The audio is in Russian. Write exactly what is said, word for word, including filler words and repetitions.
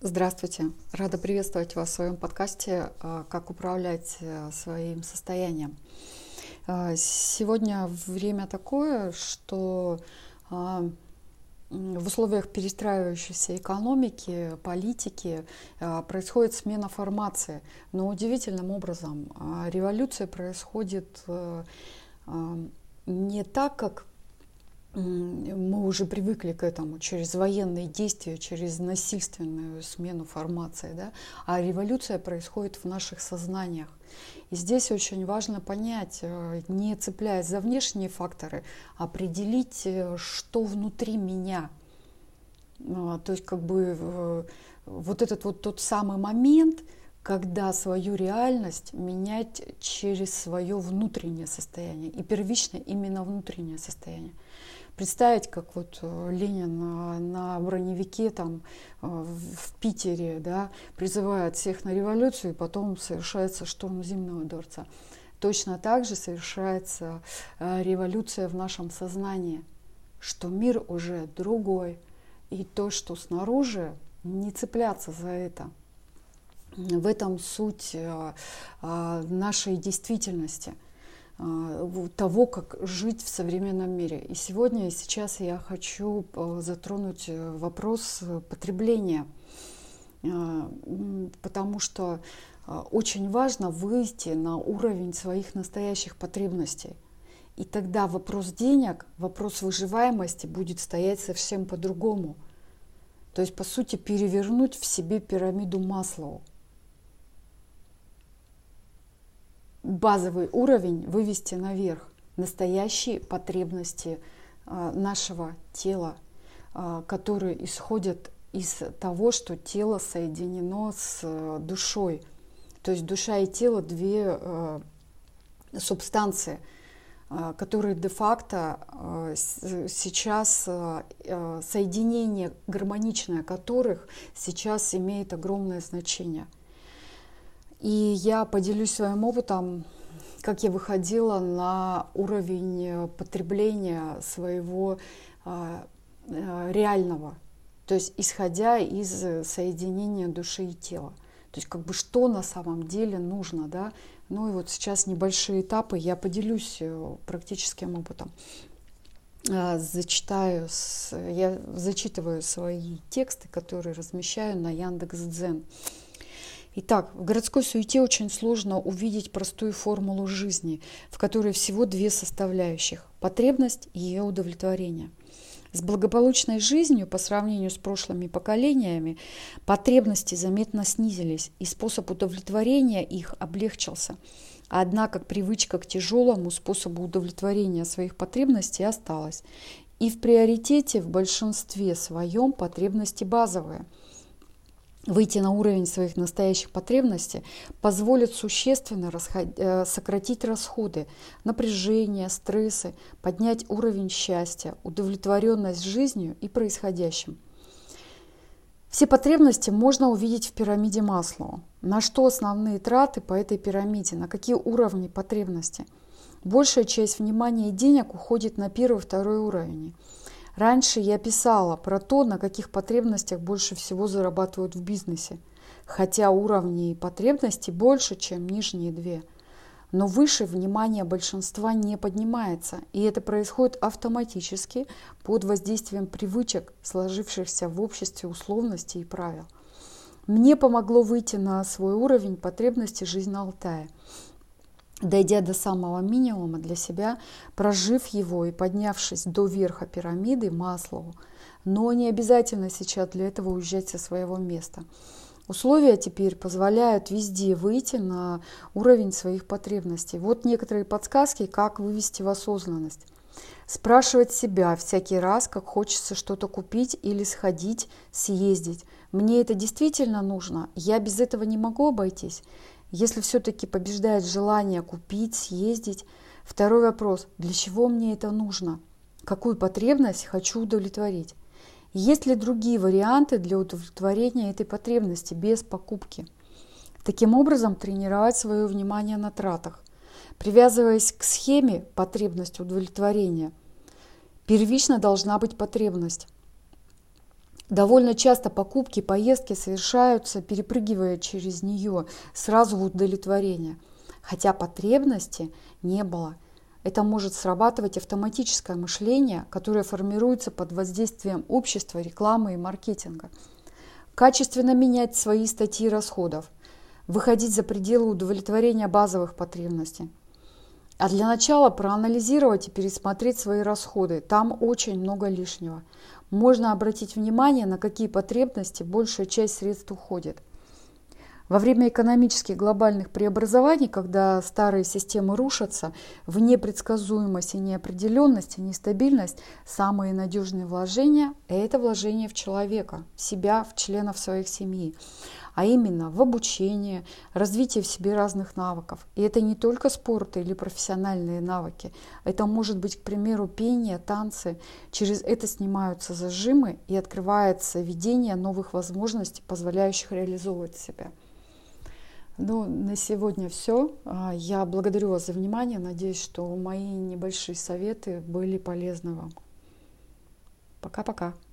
Здравствуйте! Рада приветствовать вас в своем подкасте «Как управлять своим состоянием». Сегодня время такое, что в условиях перестраивающейся экономики, политики происходит смена формации. Но удивительным образом революция происходит не так, как мы уже привыкли к этому, через военные действия, через насильственную смену формации, да? А революция происходит в наших сознаниях. И здесь очень важно понять, не цепляясь за внешние факторы, определить, что внутри меня. То есть как бы вот этот вот тот самый момент, когда свою реальность менять через свое внутреннее состояние. И первично именно внутреннее состояние. Представить, как вот Ленин на, на броневике там в Питере, да, призывает всех на революцию, и потом совершается штурм Зимнего дворца. Точно так же совершается революция в нашем сознании, что мир уже другой, и то, что снаружи, не цепляться за это. В этом суть нашей действительности, того, как жить в современном мире. И сегодня и сейчас я хочу затронуть вопрос потребления, потому что очень важно выйти на уровень своих настоящих потребностей. И тогда вопрос денег, вопрос выживаемости будет стоять совсем по-другому. То есть, по сути, перевернуть в себе пирамиду Маслоу. Базовый уровень вывести наверх, настоящие потребности нашего тела, которые исходят из того, что тело соединено с душой. То есть душа и тело — две субстанции, которые де-факто сейчас, соединение гармоничное которых сейчас имеет огромное значение. И я поделюсь своим опытом, как я выходила на уровень потребления своего а, а, реального, то есть исходя из соединения души и тела. То есть как бы что на самом деле нужно, да? Ну и вот сейчас небольшие этапы, я поделюсь практическим опытом. Зачитаю, я зачитываю свои тексты, которые размещаю на Яндекс.Дзен. Итак, в городской суете очень сложно увидеть простую формулу жизни, в которой всего две составляющих – потребность и ее удовлетворение. С благополучной жизнью по сравнению с прошлыми поколениями потребности заметно снизились, и способ удовлетворения их облегчился. Однако привычка к тяжелому способу удовлетворения своих потребностей осталась. И в приоритете в большинстве своем потребности базовые. Выйти на уровень своих настоящих потребностей позволит существенно расход... сократить расходы, напряжение, стрессы, поднять уровень счастья, удовлетворенность жизнью и происходящим. Все потребности можно увидеть в пирамиде Маслоу. На что основные траты по этой пирамиде, на какие уровни потребности? Большая часть внимания и денег уходит на первый и второй уровень. Раньше я писала про то, на каких потребностях больше всего зарабатывают в бизнесе, хотя уровни потребностей больше, чем нижние две. Но выше внимание большинства не поднимается, и это происходит автоматически под воздействием привычек, сложившихся в обществе условностей и правил. Мне помогло выйти на свой уровень потребностей «Жизнь на Алтае». Дойдя до самого минимума для себя, прожив его и поднявшись до верха пирамиды Маслоу, но не обязательно сейчас для этого уезжать со своего места. Условия теперь позволяют везде выйти на уровень своих потребностей. Вот некоторые подсказки, как вывести в осознанность. Спрашивать себя всякий раз, как хочется что-то купить или сходить, съездить. Мне это действительно нужно? Я без этого не могу обойтись? Если все-таки побеждает желание купить, съездить. Второй вопрос. Для чего мне это нужно? Какую потребность хочу удовлетворить? Есть ли другие варианты для удовлетворения этой потребности без покупки? Таким образом, тренировать свое внимание на тратах. Привязываясь к схеме потребности удовлетворения, первично должна быть потребность. Довольно часто покупки, поездки совершаются, перепрыгивая через нее сразу в удовлетворение, хотя потребности не было. Это может срабатывать автоматическое мышление, которое формируется под воздействием общества, рекламы и маркетинга. Качественно менять свои статьи расходов, выходить за пределы удовлетворения базовых потребностей. А для начала проанализировать и пересмотреть свои расходы. Там очень много лишнего. Можно обратить внимание, на какие потребности большая часть средств уходит. Во время экономических глобальных преобразований, когда старые системы рушатся, в непредсказуемость и неопределенность, и нестабильность, самые надежные вложения – это вложения в человека, в себя, в членов своих семьи. А именно в обучение, развитие в себе разных навыков. И это не только спорт или профессиональные навыки. Это может быть, к примеру, пение, танцы. Через это снимаются зажимы и открывается видение новых возможностей, позволяющих реализовывать себя. Ну, на сегодня все. Я благодарю вас за внимание. Надеюсь, что мои небольшие советы были полезны вам. Пока-пока.